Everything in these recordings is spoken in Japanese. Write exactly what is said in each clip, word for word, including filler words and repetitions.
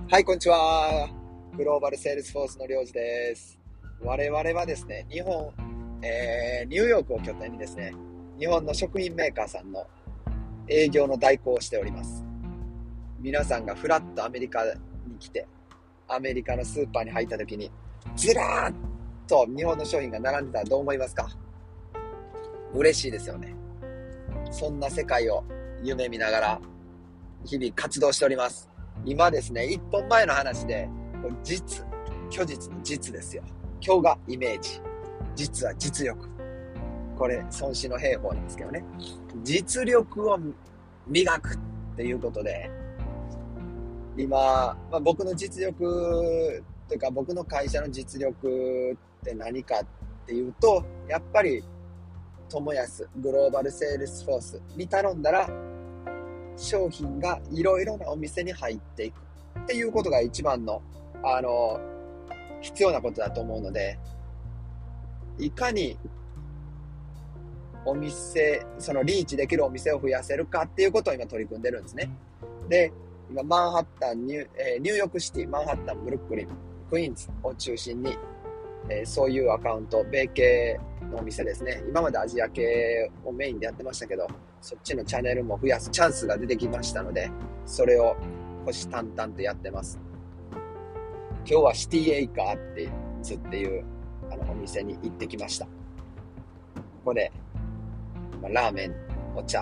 はい、こんにちは。グローバルセールスフォースのりょうじです。我々はですね、日本、えー、ニューヨークを拠点にですね、日本の食品メーカーさんの営業の代行をしております。皆さんがフラッとアメリカに来て、アメリカのスーパーに入った時に、ずらーっと日本の商品が並んでたらどう思いますか？嬉しいですよね。そんな世界を夢見ながら、日々活動しております。今ですね、一本前の話で、実、虚実の実ですよ。虚がイメージ。実は実力。これ、孫子の兵法なんですけどね。実力を磨くっていうことで、今、まあ、僕の実力というか、僕の会社の実力って何かっていうと、やっぱり、友安グローバルセールスフォースに頼んだら、商品がいろいろなお店に入っていくっていうことが一番の、あの、必要なことだと思うので、いかにお店、そのリーチできるお店を増やせるかっていうことを今取り組んでるんですね。で、今マンハッタン、ニュー、えー、ニューヨークシティ、マンハッタン、ブルックリン、クイーンズを中心に、えー、そういうアカウント、米系のお店ですね。今までアジア系をメインでやってましたけど、そっちのチャンネルも増やすチャンスが出てきましたので、それを虎視眈々とやってます。今日はシティエイカーってズっていうあのお店に行ってきました。ここで、まあ、ラーメン、お茶、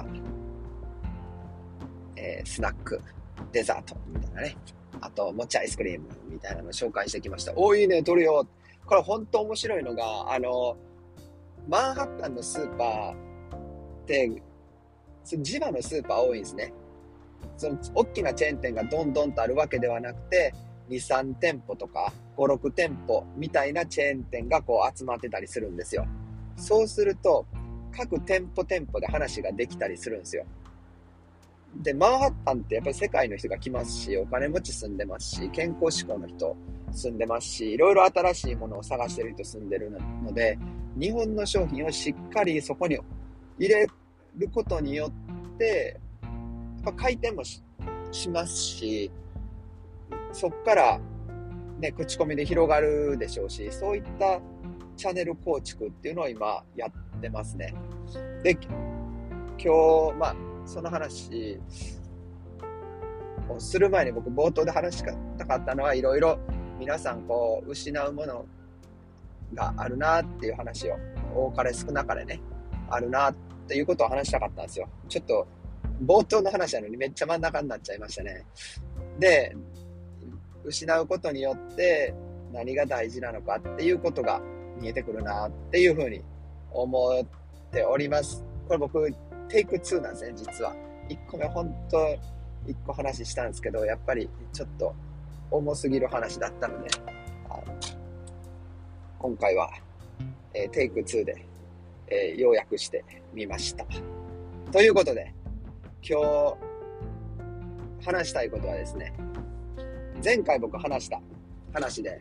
えー、スナック、デザートみたいなね。あと、もちアイスクリームみたいなのを紹介してきました。おー、いいね、撮るよ。これ本当面白いのが、あの、マンハッタンのスーパーって、地場のスーパー多いんですね。その大きなチェーン店がどんどんとあるわけではなくて、に、さん店舗とかご、ろく店舗みたいなチェーン店がこう集まってたりするんですよ。そうすると、各店舗店舗で話ができたりするんですよ。で、マンハッタンってやっぱり世界の人が来ますし、お金持ち住んでますし、健康志向の人住んでますし、いろいろ新しいものを探してる人住んでるので、日本の商品をしっかりそこに入れることによって、やっぱ回転も し, しますし、そっからね、口コミで広がるでしょうし、そういったチャンネル構築っていうのを今やってますね。で、今日、まあ、その話をする前に僕冒頭で話したかったのは、いろいろ皆さんこう失うものがあるなっていう話を多かれ少なかれねあるなっていうことを話したかったんですよ。ちょっと冒頭の話なのにめっちゃ真ん中になっちゃいましたね。で、失うことによって何が大事なのかっていうことが見えてくるなっていうふうに思っております。これ僕テイクツーなんですね、実は。いっこめ本当いっこ話したんですけど、やっぱりちょっと重すぎる話だったので、あの今回は、えー、テイクツーで、えー、要約してみました。ということで、今日話したいことはですね、前回僕話した話で、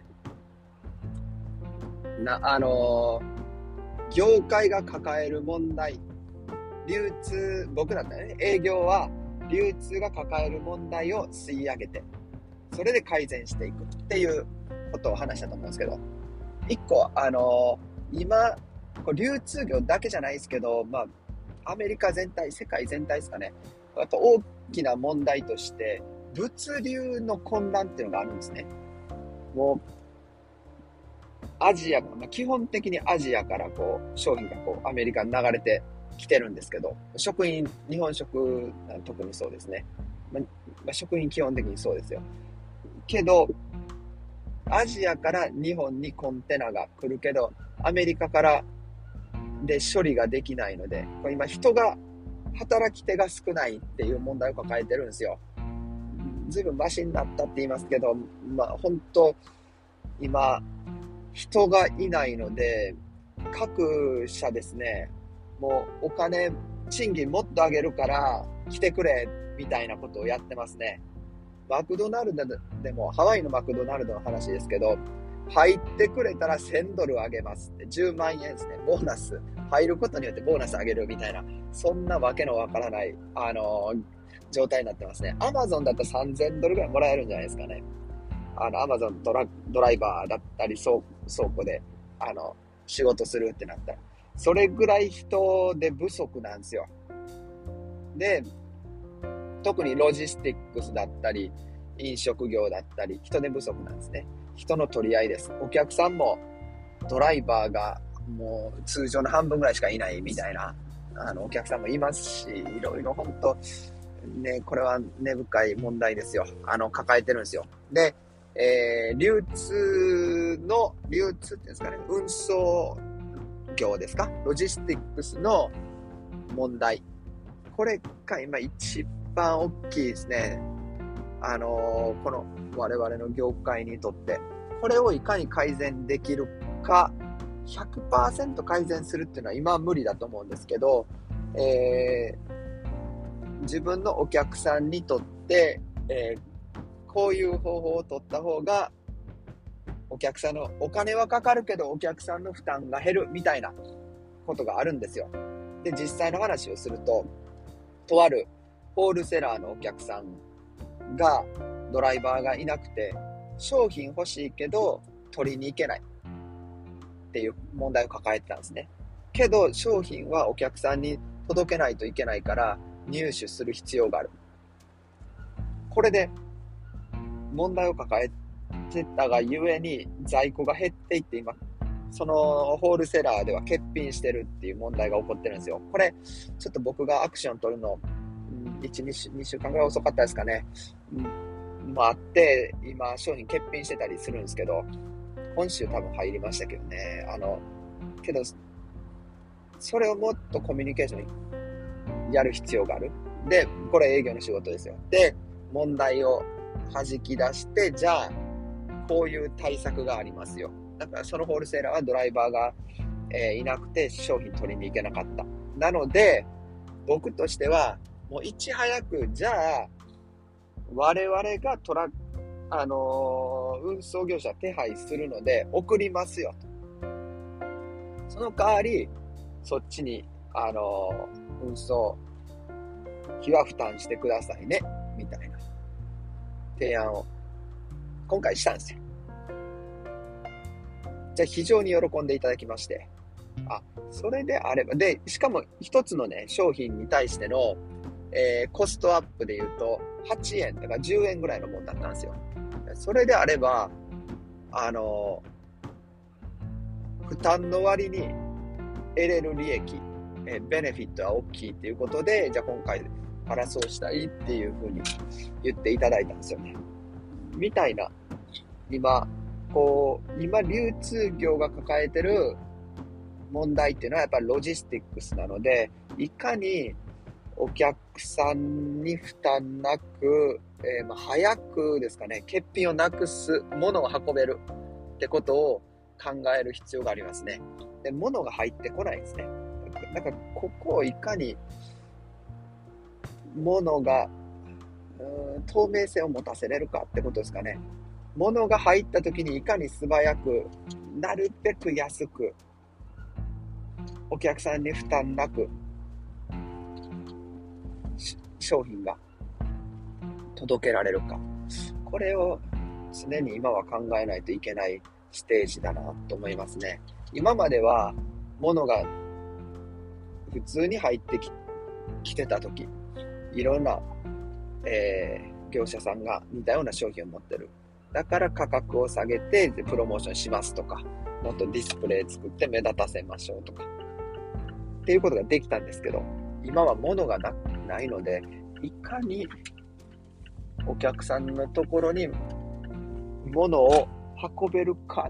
な、あのー、業界が抱える問題、流通、僕だったらね、営業は流通が抱える問題を吸い上げて、それで改善していくっていうことを話したと思うんですけど、一個、あのー、今、こう流通業だけじゃないですけど、まあ、アメリカ全体、世界全体ですかね、やっぱ大きな問題として、物流の混乱っていうのがあるんですね。もう、アジア、まあ、基本的にアジアからこう、商品がこう、アメリカに流れてきてるんですけど、食品、日本食、特にそうですね。まあ、食品基本的にそうですよ。けど、アジアから日本にコンテナが来るけど、アメリカからで処理ができないので、これ今人が、働き手が少ないっていう問題を抱えてるんですよ。ずいぶんマシになったって言いますけど、まあ本当、今、人がいないので、各社ですね、もうお金、賃金もっと上げるから来てくれ、みたいなことをやってますね。マクドナルドでも、ハワイのマクドナルドの話ですけど、入ってくれたらせんドル上げますって、じゅうまんえんですね、ボーナス。入ることによってボーナス上げるみたいな、そんなわけのわからない、あのー、状態になってますね。アマゾンだとさんぜんドルぐらいもらえるんじゃないですかね。 あの、アマゾンドラ、ドライバーだったり、倉倉庫で、あの、仕事するってなったら、それぐらい人で不足なんですよ。で、特にロジスティックスだったり、飲食業だったり、人手不足なんですね。人の取り合いです。お客さんもドライバーがもう通常の半分ぐらいしかいないみたいな、あの、お客さんもいますし、いろいろ本当、ね、これは根深い問題ですよ。あの、抱えてるんですよ。で、えー、流通の、流通っていうんですかね、運送業ですか？ロジスティックスの問題。これが今一番大きいですね。あのー、この我々の業界にとって。これをいかに改善できるか、ひゃくパーセント 改善するっていうのは今は無理だと思うんですけど、えー、自分のお客さんにとって、えー、こういう方法を取った方が、お客さんのお金はかかるけどお客さんの負担が減るみたいなことがあるんですよ。で、実際の話をすると、とあるホールセラーのお客さんがドライバーがいなくて、商品欲しいけど取りに行けないっていう問題を抱えてたんですね。けど商品はお客さんに届けないといけないから入手する必要がある。これで問題を抱えてたがゆえに在庫が減っていって今そのホールセラーでは欠品してるっていう問題が起こってるんですよ。これちょっと僕がアクション取るのいち、にしゅうかんぐらい遅かったですかね、うん、もあって今商品欠品してたりするんですけど、今週多分入りましたけどね。あのけどそれをもっとコミュニケーションやる必要がある。で、これ営業の仕事ですよ。で、問題を弾き出して、じゃあこういう対策がありますよ。だからそのホールセーラーはドライバーが、えー、いなくて商品取りに行けなかった。なので僕としてはもういち早くじゃあ我々がトラあのー、運送業者手配するので送りますよと。その代わりそっちにあのー、運送費は負担してくださいねみたいな提案を今回したんですよ。じゃあ非常に喜んでいただきまして、あ、それであれば、で、しかも一つのね、商品に対しての、えー、コストアップで言うと、はちえんとかじゅうえんぐらいのものだったんですよ。それであれば、あのー、負担の割に得れる利益、えー、ベネフィットは大きいっていうことで、じゃあ今回パラそうしたいっていうふうに言っていただいたんですよね。みたいな、今、こう、今流通業が抱えてる問題っていうのはやっぱりロジスティックスなので、いかにお客さんに負担なく、えー、まあ早くですかね、欠品をなくす、物を運べるってことを考える必要がありますね。で、物が入ってこないですね。だからここをいかに物がうーん透明性を持たせれるかってことですかね。物が入った時にいかに素早く、なるべく安く、お客さんに負担なく商品が届けられるか、これを常に今は考えないといけないステージだなと思いますね。今までは物が普通に入ってき、きてた時、いろんな、えー、業者さんが似たような商品を持ってる。だから価格を下げてプロモーションしますとか、もっとディスプレイ作って目立たせましょうとかっていうことができたんですけど、今は物が な, ないので、いかにお客さんのところに物を運べるか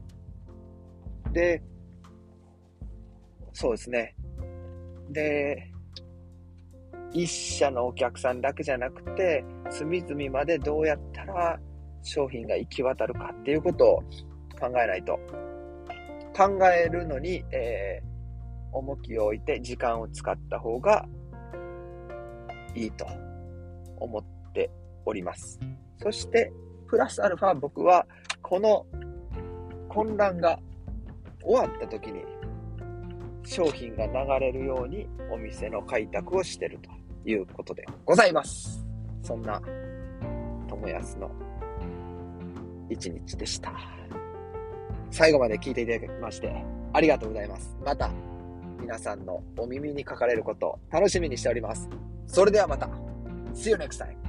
で、そうですね。で、一社のお客さんだけじゃなくて、隅々までどうやったら商品が行き渡るかっていうことを考えないと。考えるのに、えー、重きを置いて時間を使った方がいいと思っております。そしてプラスアルファ、僕はこの混乱が終わった時に商品が流れるようにお店の開拓をしているということでございます。そんな友安の一日でした。最後まで聞いていただきましてありがとうございます。また皆さんのお耳にかかれることを楽しみにしております。それではまた。See you next time.